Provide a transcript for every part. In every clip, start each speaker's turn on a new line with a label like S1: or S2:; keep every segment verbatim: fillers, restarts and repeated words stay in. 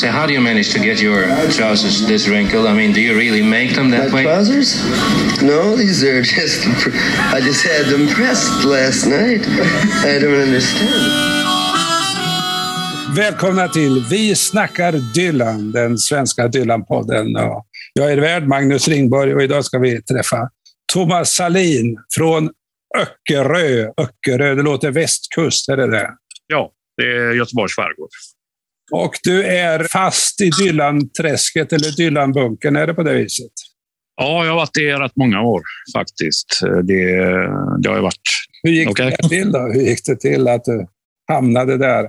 S1: say, how do you manage to get your trousers this wrinkled? I mean, do you really make them that
S2: My
S1: way?
S2: trousers? No, these are just... I just had them pressed last night. I don't understand.
S3: Välkomna till Vi snackar Dylan, den svenska Dylan-podden. Jag är värd Magnus Ringborg och idag ska vi träffa Thomas Salin från Öckerö. Öckerö, det låter västkust, är det det?
S4: Ja, det är Göteborgs skärgård.
S3: Och du är fast i Dylan-träsket eller Dylan-bunken, är det på det viset?
S4: Ja, jag har varit i rätt många år faktiskt. Det, det har jag varit.
S3: Hur gick
S4: okay.
S3: det till då? Hur gick det till att du hamnade där?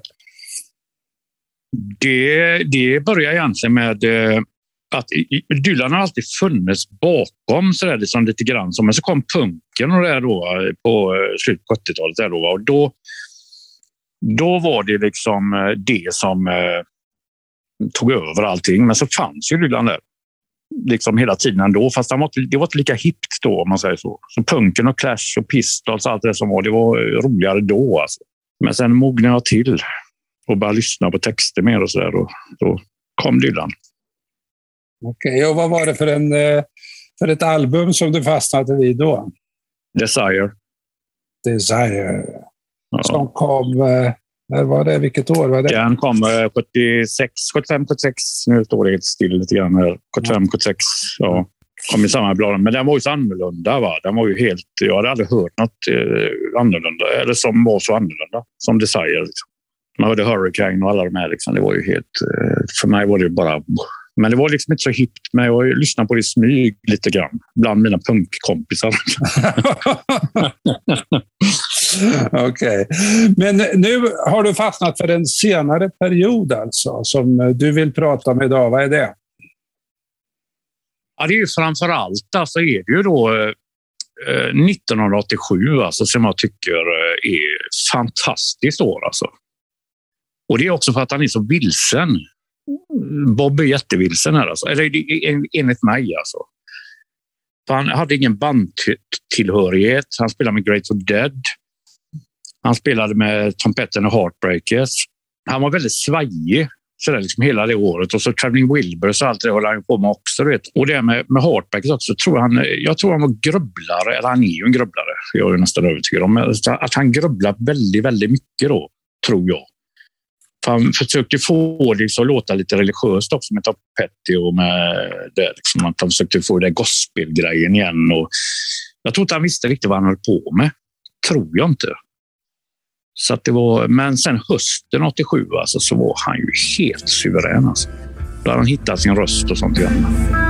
S4: Det, det började egentligen med att Dylan har alltid funnits bakom så där, liksom lite grann. Men så kom punken och det då på slutet på sjuttiotalet. Där då, och då, då var det liksom det som eh, tog över allting. Men så fanns ju Dylan där liksom hela tiden ändå. Fast det var, det var inte lika hippt då, om man säger så. Så punken och Clash och Pistols och allt det som var, det var roligare då. Alltså. Men sen mognade jag till och började lyssna på texter mer och sådär. Och då kom Dylan.
S3: Okej, okay, och vad var det för, en, för ett album som du fastnade vid då?
S4: Desire.
S3: Desire. Ja. Som kom, när var det? Vilket år var det?
S4: Den kom sjuttiosex, sjuttiofem sjuttiosex. Nu står det helt still lite grann här. sjuttiofem sjuttiosex, ja. Kom i samma blad. Men den var ju så annorlunda, va? Den var ju helt... Jag hade aldrig hört något eh, annorlunda. Eller som var så annorlunda. Som Desire, liksom. Man hörde Hurricane och alla de här, liksom. Det var ju helt... Eh, för mig var det bara... Men det var liksom inte så hippt, men jag lyssnade på det i smyg lite grann. Bland mina punkkompisar.
S3: Okej. Okay. Men nu har du fastnat för en senare period alltså, som du vill prata om idag. Vad är det?
S4: Ja, det är ju framförallt, alltså är det ju då eh, nittonhundraåttiosju alltså, som jag tycker är fantastiskt år alltså. Och det är också för att han är så vilsen. Bob är jättevilsen här alltså. Eller enligt mig alltså. För han hade ingen bandtillhörighet. Han spelade med Grateful Dead. Han spelade med Tom Petty och Heartbreakers. Han var väldigt svajig sådär liksom hela det året. Och så Traveling Wilburys och allt det håller han på med också. Vet. Och det med, med Heartbreakers också. Tror han, jag tror han var grubblare. Eller han är ju en grubblare. Jag är nästan övertygad om. Att han grubblar väldigt, väldigt mycket då. Tror jag. Han försökte få det att låta lite religiöst också med Tom Petty och med det. Liksom, att han försökte få det gospelgrejen igen. Och jag tror inte han visste riktigt vad han höll på med. Tror jag inte. Så att det var, men sen hösten åttiosju alltså, så var han ju helt suverän. Alltså. Då hade han hittat sin röst och sånt igen.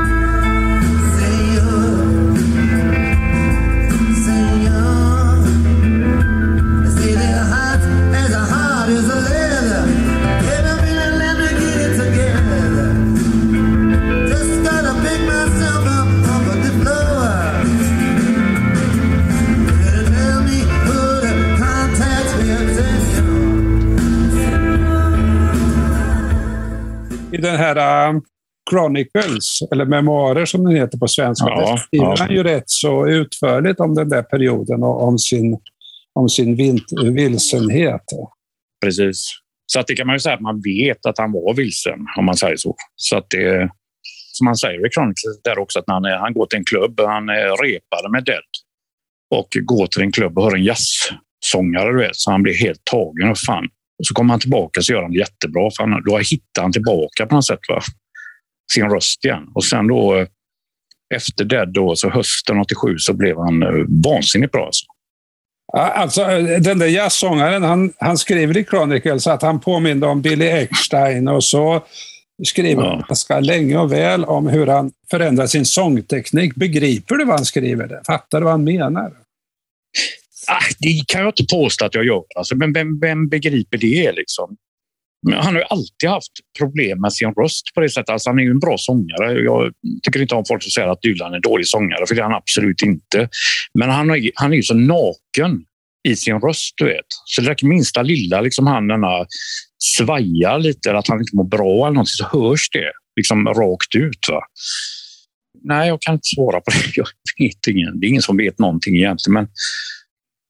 S3: I den här uh, Chronicles, eller memoarer som den heter på svenska, ja, skriver ja. han ju rätt så utförligt om den där perioden och om sin, om sin vint- vilsenhet.
S4: Precis. Så att det kan man ju säga att man vet att han var vilsen, om man säger så. Så att det, som man säger i Chronicles där också, att när han, han går till en klubb, han repade med Dead och går till en klubb och hör en jazzsångare, du vet, så han blir helt tagen och fan. Och så kommer han tillbaka så gör han det jättebra. För han, då hittar han tillbaka på något sätt, va? Sin röst igen. Och sen då efter det då, så hösten åttiosju så blev han vansinnigt bra. Alltså.
S3: Ja, alltså den där jazzsångaren, han, han skriver i Chronicles att han påminner om Billy Eckstein och så skriver ja. han ganska länge och väl om hur han förändrar sin sångteknik. Begriper du vad han skriver? Det? Fattar du vad han menar?
S4: Ah, det kan jag inte påstå att jag gör. Alltså, men vem, vem begriper det liksom? Men han har ju alltid haft problem med sin röst på det sättet. Alltså, han är ju en bra sångare. Jag tycker inte om folk som säger att Dylan är en dålig sångare, för det är han absolut inte. Men han är, han är ju så naken i sin röst, du vet. Så det räcker minsta lilla, liksom han denna svajar lite, eller att han inte mår bra eller någonting, så hörs det liksom rakt ut, va? Nej, jag kan inte svara på det. Jag vet ingen. Det är ingen som vet någonting egentligen, men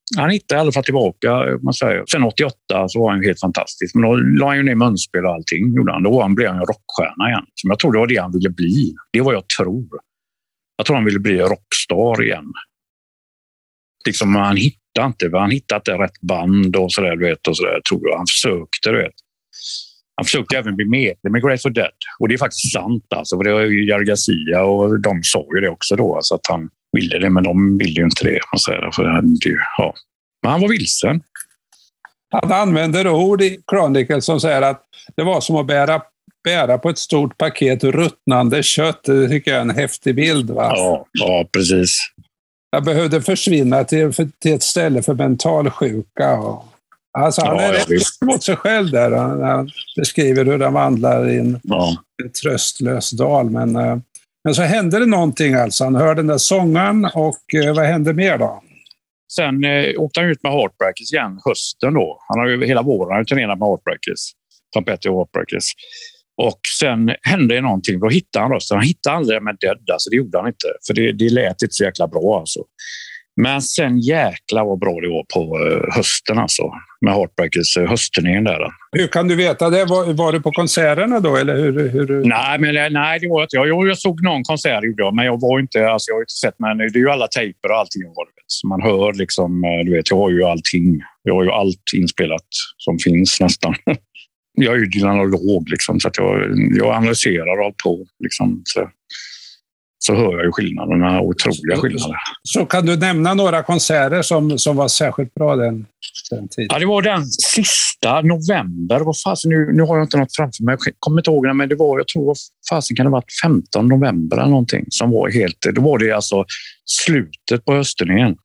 S4: han hittade i alla fall tillbaka. Man säger. Sen åttioåtta så var han helt fantastisk. Men då la han ju ner munspel och allting. Gjorde han. Då var han, blev han en rockstjärna igen. Som jag tror det var det han ville bli. Det är vad jag tror. Jag tror han ville bli rockstar igen. Liksom han hittade inte. Han hittade inte rätt band och sådär, du vet. Och sådär, tror jag. Han försökte, du vet. Han försökte även bli medlem med Grateful Dead. Och det är faktiskt sant alltså. För det var ju Jerry Garcia och de sa ju det också då. Alltså att han ville det, men de ville ju inte det. Man säger, för det, ja. Men han var vilsen.
S3: Han använder ord i Chronicle som säger att det var som att bära, bära på ett stort paket ruttnande kött. Det tycker jag är en häftig bild. Va?
S4: Ja, ja, precis.
S3: Jag behövde försvinna till, till ett ställe för mentalsjuka. Och, alltså han
S4: ja,
S3: är rätt mot sig själv där. Han, han beskriver hur han vandlar i en,
S4: ja.
S3: en tröstlös dal. Men, men så hände det någonting alltså. Han hörde den där sången och vad hände mer då?
S4: Sen eh, åkte han ut med Heartbreakers igen hösten då. Han har ju hela våren han turnerat med Heartbreakers. Tom Petty och Heartbreakers. Och sen hände någonting. Då hittade han rösten. Han hittade aldrig med Dead. Alltså det gjorde han inte. För det, det lät inte så jäkla bra alltså. Men sen jäkla vad bra det var på uh, hösten alltså. Med Heartbreakers uh, höstturnén där.
S3: Hur kan du veta det? Var, var du på konserterna då? Eller hur, hur...
S4: Nej, men, nej, det var inte jag. jag. Jag såg någon konsert gjorde jag, men jag var inte, alltså jag har inte sett, men det är ju alla tejper och allting. Så man hör liksom, du vet, jag har ju allting. Jag har ju allt inspelat som finns nästan. Jag är ju dylanolog liksom, så att jag, jag analyserar allt på liksom, så. Så hör jag ju skillnaderna, otroliga skillnader.
S3: Så kan du nämna några konserter som, som var särskilt bra den, den tiden?
S4: Ja, det var den sista november. Vad fasen, nu, nu har jag inte något framför mig. Jag kommer inte ihåg det, men det var, jag tror fasen kan det ha varit femtonde november eller någonting. Som var helt, då var det alltså slutet på hösturnén.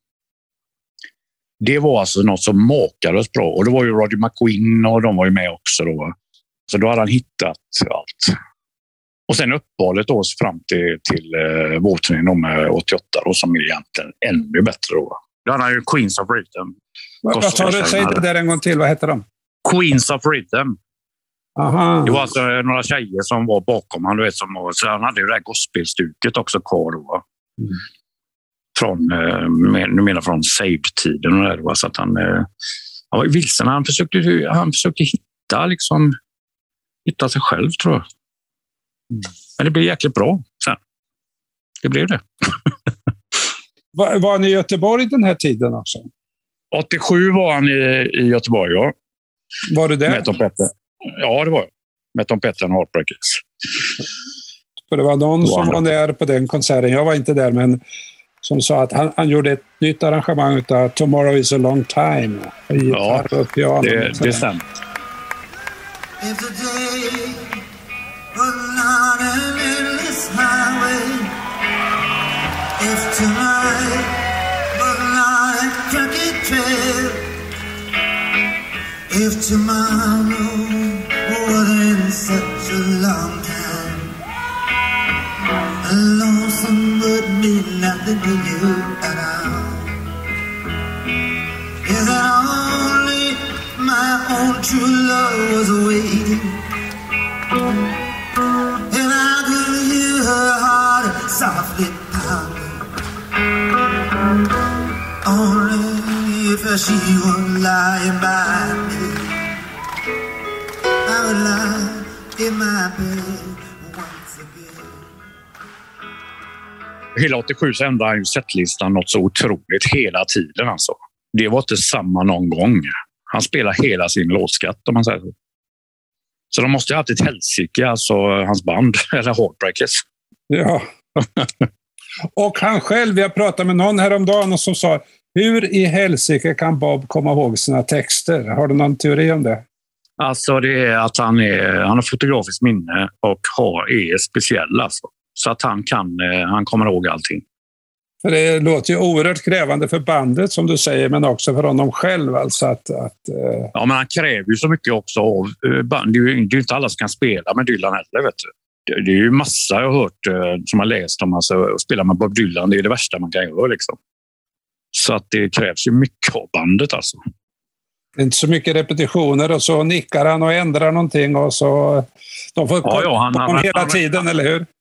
S4: Det var alltså något som makades bra. Och det var ju Roger McGuinn och de var ju med också då. Så då hade han hittat allt. Och sen uppehållet då fram till, till uh, vårturnén med åttioåtta då, som är egentligen ännu bättre då. Då hade han ju Queens of Rhythm.
S3: Vad tar du? Säg det där en gång till. Vad heter de?
S4: Queens of Rhythm.
S3: Aha.
S4: Det var alltså några tjejer som var bakom han, du vet, som, så han hade ju det här gospelstuket också kvar då. Mm. Från, uh, nu menar från Saved-tiden och där, så att han, uh, han var vilsen. Han försökte, han försökte hitta liksom, hitta sig själv, tror jag. Mm. Men det blev jäkligt bra sen. Det blev det.
S3: var, var ni i Göteborg den här tiden också?
S4: åttiosju var han i, i Göteborg, ja.
S3: Var du där?
S4: Med Tom Petty. Ja, det var jag. Med Tom Petty och Heartbreakers.
S3: För det var någon
S4: det var
S3: som
S4: han.
S3: var där på den konserten. Jag var inte där, men som sa att han, han gjorde ett nytt arrangemang av Tomorrow is a long time.
S4: Ja, det, det stämmer.
S5: On an endless highway, if tonight was not a crooked trail, if tomorrow wasn't such a long time, a lonesome would mean nothing to you at all. Is that only my own true love was waiting? And I could hear her heart softly pounding. Only if she were lying by me, I would lie in my bed once again.
S4: Hela åttiosju så ändrade han ju setlistan något så otroligt hela tiden alltså. Det var inte samma någon gång. Han spelar hela sin låtskatt om man säger så. Så de måste ju ha haft ett helsike, alltså hans band, eller Heartbreakers.
S3: Ja. Och han själv, jag pratade med någon häromdagen och som sa, hur i helsike kan Bob komma ihåg sina texter? Har du någon teori om det?
S4: Alltså det är att han, är, han har fotografiskt minne och har, är speciell alltså. Så att han kan, han kommer ihåg allting.
S3: För det låter ju oerhört krävande för bandet som du säger, men också för honom själv. Alltså att, att, uh...
S4: Ja, men han kräver ju så mycket också av band. Det är ju, det är ju inte alla som kan spela med Dylan heller, vet du. Det, det är ju massa jag har hört som har läst om alltså, att spela med Bob Dylan. Det är det värsta man kan göra liksom. Så att det krävs ju mycket av bandet alltså.
S3: Det är inte så mycket repetitioner och så nickar han och ändrar någonting och så... De får
S4: ja, ja, han, han,
S3: hela
S4: han,
S3: tiden,
S4: han,
S3: eller hur?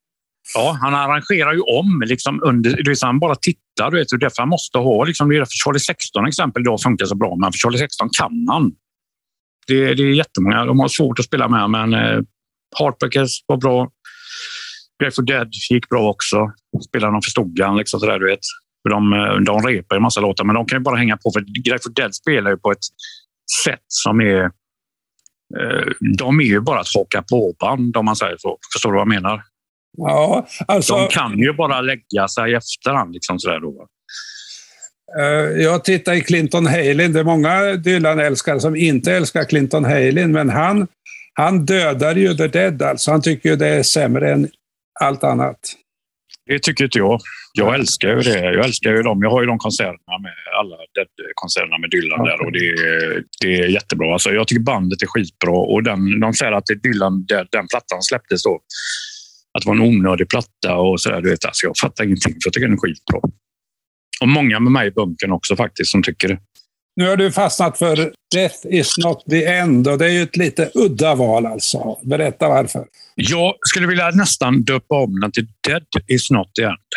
S4: Ja, han arrangerar ju om liksom under, det är så han bara tittar, du vet, och därför han måste ha liksom, det är för Charlie sexton exempel då funkar så bra, men för Charlie sexton kan han. Det, det är jättemånga, de har svårt att spela med, men eh, Heartbreakers var bra. Grateful Dead gick bra också. Spelarna de förstod han liksom sådär, du vet. För de, de repar en massa låtar, men de kan ju bara hänga på, för Grateful Dead spelar ju på ett sätt som är eh, de är ju bara att haka på band, om man säger så. Förstår du vad jag menar?
S3: Ja, alltså...
S4: De kan ju bara lägga sig i efterhand liksom sådär då.
S3: Jag tittar i Clinton Halin. Det är många Dylan-älskare som inte älskar Clinton Halin, men han, han dödar ju The Dead. Alltså. Han tycker ju det är sämre än allt annat.
S4: Det tycker inte jag. Jag älskar ju det. Jag älskar ju dem. Jag har ju de konserterna med alla Dead-konserterna med Dylan där, och det är, det är jättebra. Alltså, jag tycker bandet är skitbra, och den, de säger att det är Dylan, den, den plattan släpptes då. Att det var en onödig platta och sådär, du vet. Alltså, jag fattar ingenting, för jag tycker den är skitbra. Och många med mig i bunkern också faktiskt som tycker det.
S3: Nu har du fastnat för Death is not the end, och det är ju ett lite udda val alltså. Berätta varför.
S4: Jag skulle vilja nästan döpa om den till Dead is not the end.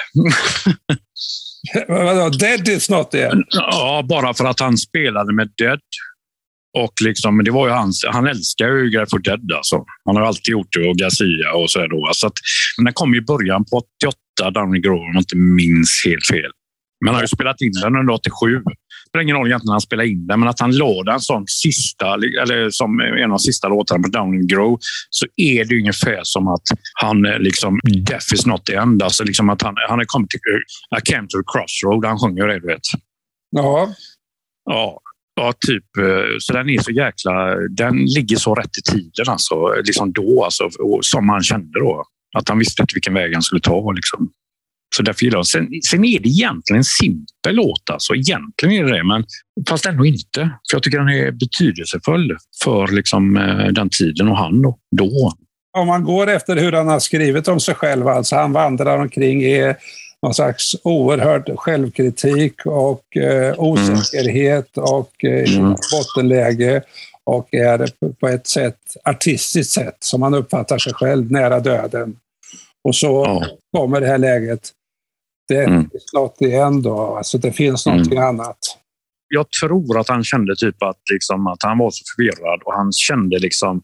S3: Vadå? Dead is not the end?
S4: Ja, bara för att han spelade med Dead. Och liksom, det var ju hans, han älskar ju Grateful Dead alltså. Han har alltid gjort det, och Garcia och sådär då. Så att, men den kom i början på åttioåtta, Downing Grove, om jag inte minns helt fel. Men han har ju spelat in den under åttiosju. Det spelar ingen roll egentligen när han spelade in den, men att han låda en sån sista, eller som en av de sista låtarna på Downing Grove, så är det ungefär som att han liksom, Death is not the end. Alltså liksom att han, han har kommit till I came to the crossroad, han sjunger det, du vet.
S3: Ja.
S4: Ja. Ja, typ. Så den är så jäkla... Den ligger så rätt i tiden, alltså. Liksom då, alltså. Som han kände då. Att han visste inte vilken väg han skulle ta, liksom. Så därför gillar jag. Sen, sen är det egentligen en simpel låt, alltså. Egentligen är det det, men fast ändå inte. För jag tycker den är betydelsefull för liksom, den tiden och han då. då.
S3: Om man går efter hur han har skrivit om sig själv, alltså han vandrar omkring i någon slags oerhörd självkritik och eh, osäkerhet mm. och eh, mm. bottenläge, och är på ett sätt, artistiskt sätt, som man uppfattar sig själv nära döden. Och så mm. kommer det här läget. Det är mm. något igen då, alltså det finns någonting mm. annat.
S4: Jag tror att han kände typ att, liksom, att han var så förvirrad, och han kände liksom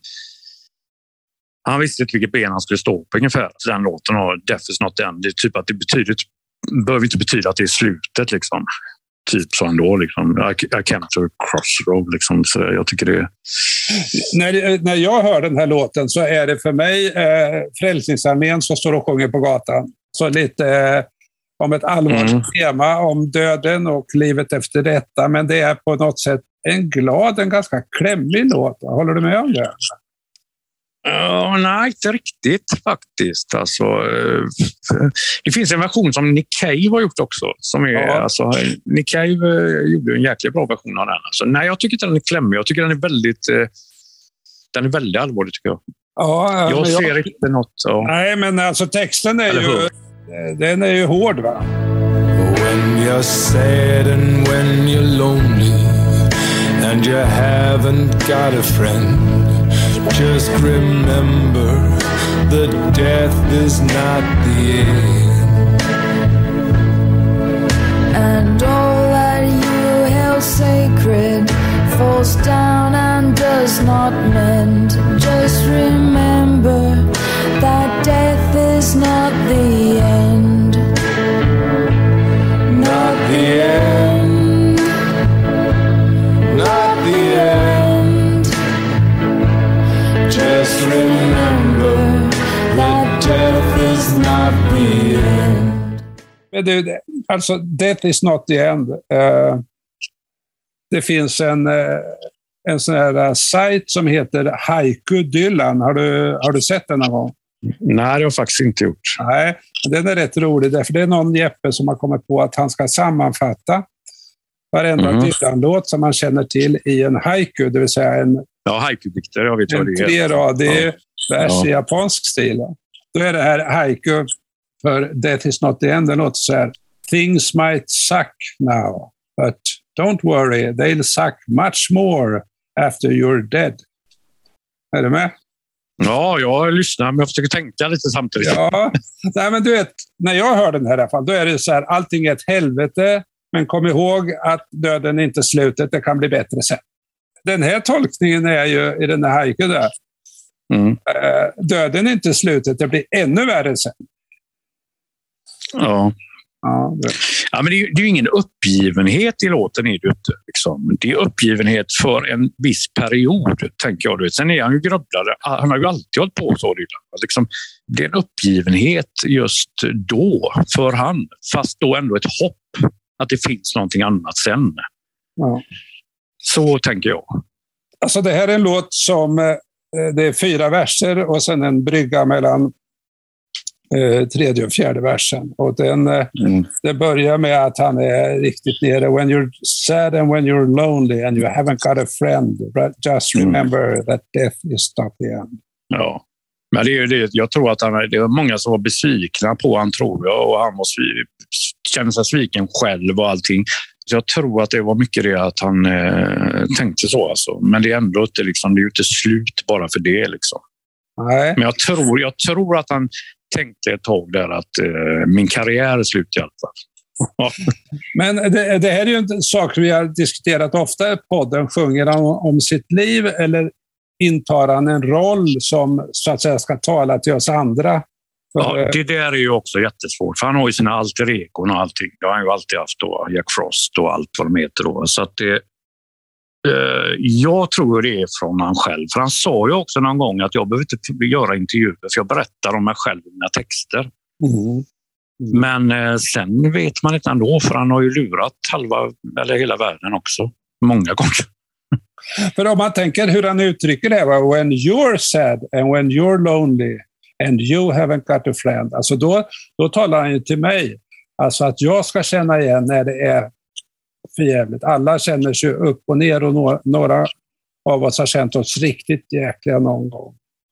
S4: han visste inte vilket ben han skulle stå på ungefär. Så den låten har Death is not the end. Det är typ att det betyder, behöver inte betyda att det är slutet liksom. Typ så ändå liksom. I, I came to a crossroad liksom. Så jag tycker det är...
S3: När, när jag hör den här låten så är det för mig eh, Frälsningsarmén som står och sjunger på gatan. Så lite eh, om ett allvarligt mm. tema om döden och livet efter detta. Men det är på något sätt en glad, en ganska klämmig låt. Håller du med om det?
S4: Uh, nej, inte riktigt faktiskt. Alltså, uh, det finns en version som Nick Cave har gjort också. Som är, ja. alltså, Nick Cave uh, gjorde en jäkligt bra version av den. Alltså, nej, jag tycker inte den är klämmig. Jag tycker den är väldigt, uh, den är väldigt allvarlig, tycker jag.
S3: Ja,
S4: jag ser
S3: jag...
S4: inte något. Så.
S3: Nej, men alltså texten är ju, den är ju hård, va?
S5: When you're sad and when you're lonely and you haven't got a friend, just remember that death is not the end. And all that you held sacred falls down and does not mend. Just remember that death is not the end. Not the end. Not the end. Just remember that death is not the end.
S3: Men det, alltså, death is not the end. Uh, det finns en, uh, en sån här uh, sajt som heter Haiku Dylan. Har du, har du sett den någon gång?
S4: Nej, det har jag faktiskt inte gjort.
S3: Nej, den är rätt rolig. Därför det är någon Jeppe som har kommit på att han ska sammanfatta varenda mm. Dylan-låt som man känner till i en haiku, det vill säga en
S4: Ja, haiku-dikter, jag vet vad det är.
S3: Tre rader ja. vers
S4: ja.
S3: i japansk stil. Då är det här haiku för Death is not the end. Den låter så här: Things might suck now, but don't worry, they'll suck much more after you're dead. Är du med?
S4: Ja, jag lyssnar, men jag försöker tänka lite samtidigt.
S3: Ja, nej, men du vet, när jag hör den här i alla fall, då är det så här, allting är ett helvete, men kom ihåg att döden är inte slutet, det kan bli bättre sen. Den här tolkningen är ju i den här haiku där.
S4: Mm.
S3: Döden är inte slutet, det blir ännu värre sen.
S4: Ja.
S3: Ja, det.
S4: Ja, men det är, det är ju ingen uppgivenhet i låten, är det inte. Liksom. Det är uppgivenhet för en viss period, tänker jag. Sen är han ju grubblare. Han har ju alltid hållit på så. Liksom, det är en uppgivenhet just då för han. Fast då ändå ett hopp att det finns någonting annat sen.
S3: Ja.
S4: Så tänker jag.
S3: Alltså det här är en låt som eh, det är fyra verser och sen en brygga mellan eh, tredje och fjärde versen. Och den, eh, mm. det börjar med att han är riktigt nere. When you're sad and when you're lonely and you haven't got a friend, just remember mm. that death is not the end.
S4: Ja, men det är ju det. Jag tror att han, det var många som var besvikna på han, tror jag. Och han var kände sig sviken själv och allting. Så jag tror att det var mycket det att han eh, tänkte så. Alltså. Men det är ändå inte, liksom, det är ju inte slut bara för det. Liksom.
S3: Nej.
S4: Men jag tror, jag tror att han tänkte ett tag där att eh, min karriär är slut i alla fall. Ja.
S3: Men det, det här är ju en sak vi har diskuterat ofta i podden. Sjunger han om sitt liv eller intar han en roll som så att säga ska tala till oss andra?
S4: Ja, det där är ju också jättesvårt. För han har ju sina alter egon och allting. Det har han ju alltid haft då, Jack Frost och allt vad de heter då. Så att det, eh, jag tror det är från han själv. För han sa ju också någon gång att jag behöver inte göra intervjuer för jag berättar om mig själv i mina texter.
S3: Mm. Mm.
S4: Men eh, sen vet man inte ändå, för han har ju lurat halva eller hela världen också. Många gånger.
S3: För om man tänker hur han uttrycker det, va? When you're sad and when you're lonely and you haven't got a friend. Alltså då, då talar han ju till mig. Alltså att jag ska känna igen när det är för jävligt. Alla känner sig upp och ner och några, några av oss har känt oss riktigt jäkliga någon gång.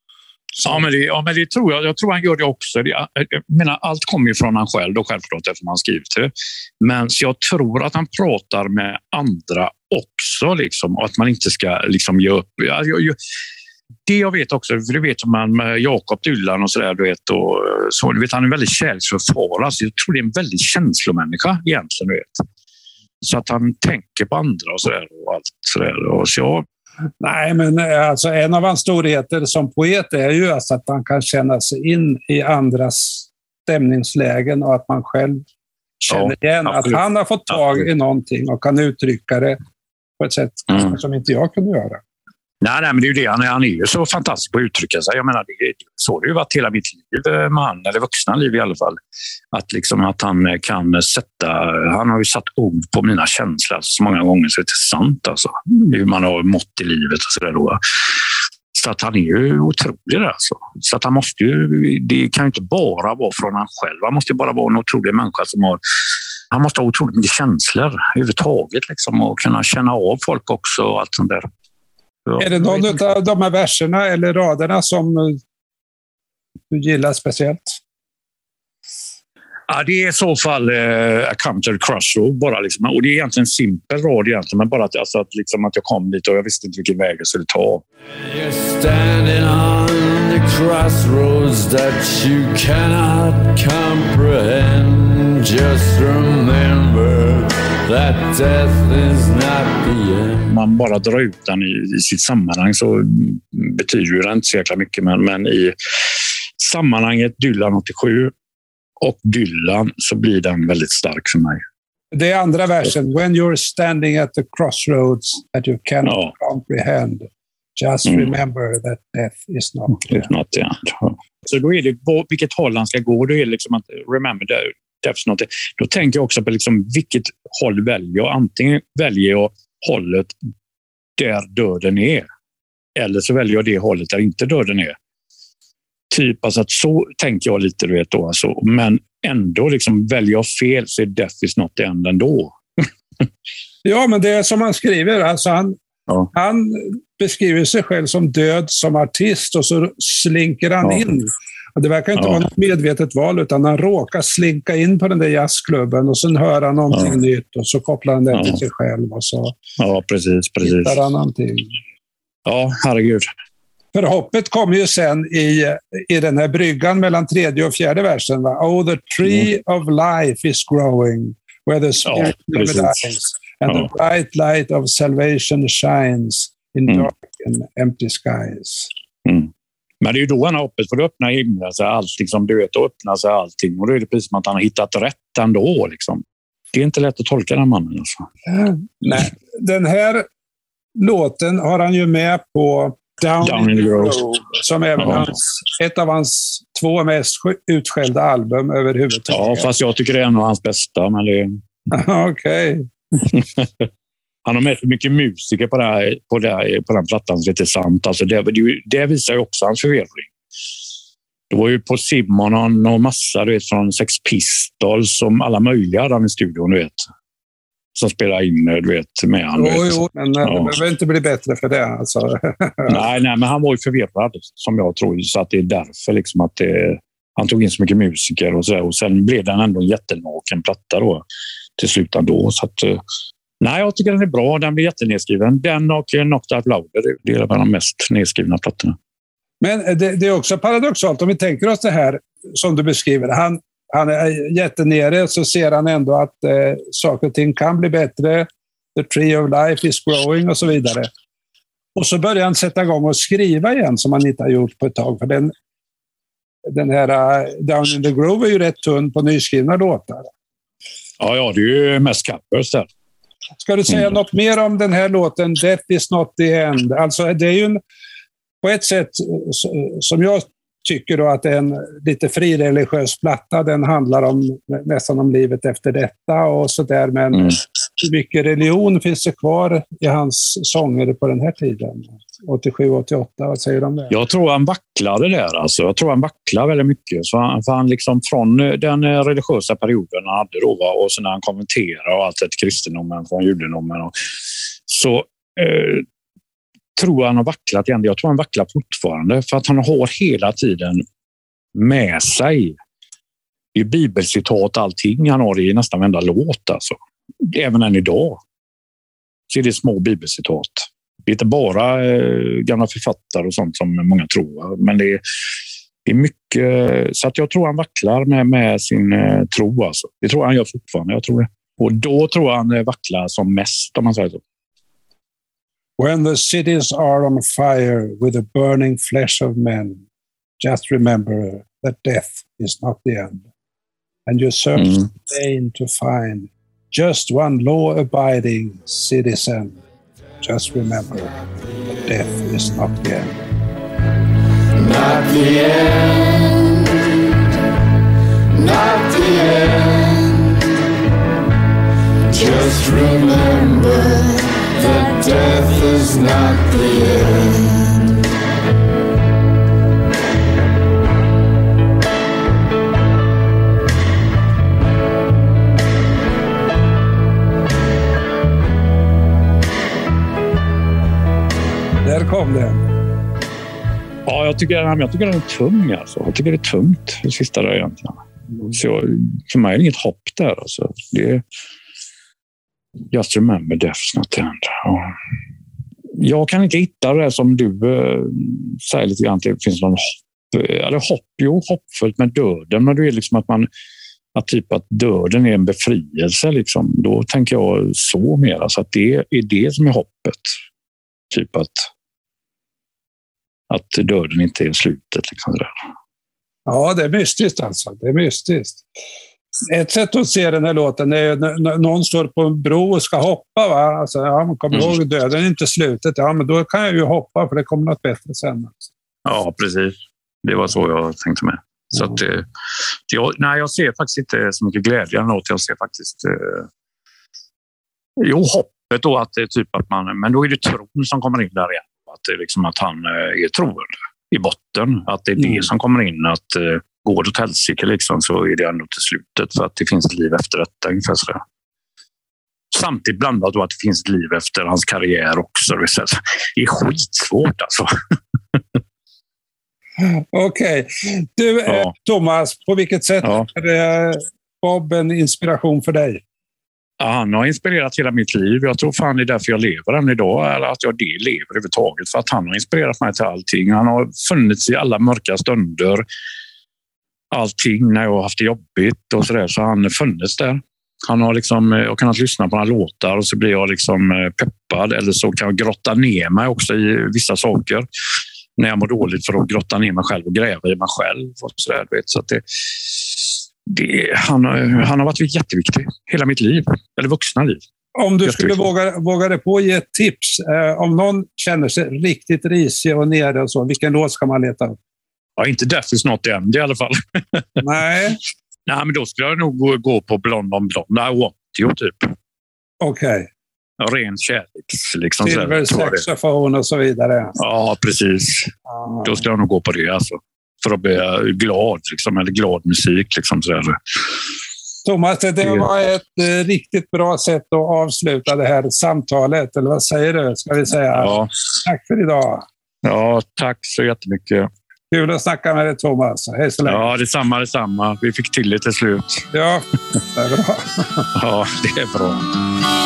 S4: Ja men, det, ja, men det tror jag. Jag tror han gör det också. Det, jag menar, allt kommer ju från han själv då, självklart, eftersom han skrivit det. Men så jag tror att han pratar med andra också. Liksom, och att man inte ska liksom, ge upp. Jag, jag, det jag vet också, för det vet man med Jakob Dylan och sådär, du vet, och så, du vet, han är väldigt kärleksfull far. Alltså, jag tror det är en väldigt känslomänniska egentligen, du vet. Så att han tänker på andra och sådär och allt sådär. Och så jag...
S3: Nej, men alltså, en av hans storheter som poet är ju alltså att han kan känna sig in i andras stämningslägen och att man själv känner
S4: ja,
S3: igen
S4: absolut.
S3: Att han har fått tag absolut. I någonting och kan uttrycka det på ett sätt mm. som inte jag kunde göra.
S4: Nej, nej, men det är ju det. Han är, han är ju så fantastisk på att uttrycka sig. Jag menar, det, så har det ju varit hela mitt liv med han, eller vuxna liv i alla fall. Att, liksom, att han kan sätta, han har ju satt ord på mina känslor så många gånger så det är sant alltså. Hur man har mått i livet och sådär då. Så att han är ju otrolig där alltså. Så att han måste ju, det kan ju inte bara vara från han själv. Han måste ju bara vara en otrolig människa som har, han måste ha otroligt mycket känslor överhuvudtaget liksom och kunna känna av folk också och allt sånt där. Ja,
S3: är det någon av de här verserna eller raderna som du gillar speciellt?
S4: Ja, det är i så fall eh, I come to the crossroad bara liksom. Och det är egentligen en simpel rad egentligen, men bara att, alltså, att, liksom, att jag kom dit och jag visste inte vilken väg jag skulle ta.
S6: You're standing on the crossroads that you cannot comprehend. Just remember that death is not the end.
S4: Man bara drar ut den i, i sitt sammanhang så betyder ju det inte så jäkla mycket, men, men i sammanhanget Dylan åttiosju och Dylan så blir den väldigt stark för mig.
S3: Det är andra versen. When you're standing at the crossroads that you cannot ja. comprehend, just mm. remember that death is not the end.
S4: Not the end. Så då är det på vilket håll han ska gå. Då är det liksom att remember that death is not the end. Då tänker jag också på liksom vilket håll väljer jag. Antingen väljer jag hållet där döden är. Eller så väljer jag det hållet där inte döden är. Typ alltså att så tänker jag lite, du vet då. Alltså. Men ändå liksom väljer jag fel så är death is not the end ändå.
S3: Ja, men det är som han skriver. Alltså han,
S4: ja.
S3: han beskriver sig själv som död som artist och så slinker han ja. in. Och det verkar inte ja. vara något medvetet val utan han råkar slinka in på den där jazzklubben och sen hör han någonting ja. nytt och så kopplar han det ja. till sig själv och så
S4: ja, precis, precis.
S3: hittar han någonting.
S4: Ja, herregud.
S3: För hoppet kommer ju sen i, i den här bryggan mellan tredje och fjärde versen. Va? Oh, the tree mm. of life is growing, where the spirit
S4: ja,
S3: never dies. And ja. the bright light of salvation shines in mm. dark and empty skies.
S4: Mm. Men det är ju då han har hoppet, för då öppnar himlen sig allting som du vet, då öppnar sig allting. Och då är det precis som att han har hittat rätt ändå. Liksom. Det är inte lätt att tolka den mannen. Alltså.
S3: Nej, den här låten har han ju med på Down, Down in the Grove, som är ja. hans, ett av hans två mest utskällda album överhuvudtaget.
S4: Ja, fast jag tycker det är en av hans bästa. Men det...
S3: Okej.
S4: Han har med för mycket musiker på, det här, på, det här, på den plattan, så det är sant. Alltså det, det, det visar ju också hans förvirring. Det var ju på Simon och massa, du vet, från Sex Pistols, som alla möjliga hade han i studion, du vet. Som spelar in, du vet, med han.
S3: Jo, jo, men ja. Det behöver inte bli bättre för det. Alltså.
S4: nej, nej, men han var ju förvirrad, som jag tror. Så att det är därför liksom att det, han tog in så mycket musiker och så där. Och sen blev den ändå en jättenaken platta då, till slut ändå. Så att, nej, jag tycker den är bra. Den blir jättenedskriven. Den och Knocked Out Louder, det är de mest nedskrivna plattorna.
S3: Men det, det är också paradoxalt, om vi tänker oss det här som du beskriver. Han, han är jättenere, så ser han ändå att eh, saker och ting kan bli bättre. The tree of life is growing och så vidare. Och så börjar han sätta igång och skriva igen, som han inte har gjort på ett tag. För den, den här uh, Down in the Grove är ju rätt tunn på nyskrivna låtar.
S4: Ja, ja, det är ju mest covers där.
S3: Ska du säga mm. något mer om den här låten, Death is not the end? Alltså, det är ju en, på ett sätt som jag tycker då att det är en lite frireligiös platta. Den handlar om, nästan om livet efter detta och sådär. Men mm. hur mycket religion finns det kvar i hans sånger på den här tiden? åttiosju åttioåtta, vad säger du om det?
S4: Jag tror han vacklade där. Alltså. Jag tror han vacklar väldigt mycket. Så han, för han liksom från den religiösa perioden han hade då, och sen när han kommenterar och allt till kristendomen från judendomen. Och, så eh, tror jag han har vacklat igen. Jag tror han vacklar fortfarande, för att han har hela tiden med sig i bibelcitat allting. Han har det i nästan varenda låt. Alltså. Även än idag så är det små bibelcitat. Det är inte bara eh, gamla författare och sånt som många tror. Men det är, det är mycket... Så att jag tror han vacklar med, med sin eh, tro. Alltså. Det tror han gör fortfarande, jag tror det. Och då tror jag han eh, vacklar som mest, om man säger så.
S3: When the cities are on fire with the burning flesh of men, just remember that death is not the end. And you search mm. vain to find just one law-abiding citizen. Just remember that death is not the end.
S6: Not the end. Not the end. Just remember that death is not the end.
S3: Där kom den.
S4: Ja, jag tycker, jag tycker den är tung. Alltså. Jag tycker det är tungt, det sista där egentligen. Så jag, för mig är det inget hopp där. Alltså. Det är just remember death's not the end. Ja. Jag kan inte hitta det som du äh, säger lite grann. Det finns någon hopp. Eller hopp, jo, hoppfullt med döden. Men det är liksom att man att typ att döden är en befrielse. Liksom. Då tänker jag så mer. Alltså att det är det som är hoppet. Typ att att döden inte är slutet. Liksom där.
S3: Ja, det är mystiskt alltså. Det är mystiskt. Ett sätt att se den här låten är när någon står på en bro och ska hoppa. Va? Alltså, ja, man kommer mm. ihåg, döden är inte slutet. Ja, men då kan jag ju hoppa för det kommer något bättre sen.
S4: Ja, precis. Det var så jag tänkte med. Så mm. att, jag, nej, jag ser faktiskt inte så mycket glädje än något. Jag ser faktiskt... Eh, jo, hoppet då att det är typ att man... Men då är det tron som kommer in där igen. Att det är liksom att han är troende i botten. Att det är mm. det som kommer in. Att eh, går det åt helsike liksom, så är det ändå till slutet. För att det finns ett liv efter detta. Ungefär sådär. Samtidigt blandat då att det finns ett liv efter hans karriär också. Det är skitsvårt alltså.
S3: Okej. Okay. Du, ja. Thomas, på vilket sätt ja. är Bob en inspiration för dig?
S4: Ja, han har inspirerat hela mitt liv. Jag tror fan det är därför jag lever än idag. Eller att jag det lever överhuvudtaget. För att han har inspirerat mig till allting. Han har funnits i alla mörka stunder. Allting när jag har haft det jobbigt och sådär. Så han har funnits där. Han har liksom, jag kan lyssna på några låtar och så blir jag liksom peppad. Eller så kan jag grotta ner mig också i vissa saker. När jag mår dåligt för att grotta ner mig själv och gräva i mig själv. Och så där, vet. Så att det, det, han, han har varit jätteviktig hela mitt liv. Eller vuxna liv.
S3: Om du skulle våga, våga dig på att ge ett tips. Eh, om någon känner sig riktigt risig och nere och så. Vilken låt ska man leta upp?
S4: Ja, inte Death is not the end i alla fall.
S3: Nej.
S4: Nej, men då skulle jag nog gå, gå på Blond on Blond. I want you, typ.
S3: Okej. Okay.
S4: Ren kärleks, liksom.
S3: Silver saxofon och så vidare.
S4: Ja, precis. Ah. Då skulle jag nog gå på det, alltså. För att bli glad, liksom. Eller glad musik, liksom. Så
S3: Thomas, det var ett eh, riktigt bra sätt att avsluta det här samtalet. Eller vad säger du? Ska vi säga?
S4: Ja.
S3: Tack för idag.
S4: Ja, tack så jättemycket.
S3: Kul att snacka med dig, Thomas. Hej så länge.
S4: Ja, detsamma, detsamma. Vi fick till det till slut.
S3: Ja, det är bra.
S4: Ja, det är bra.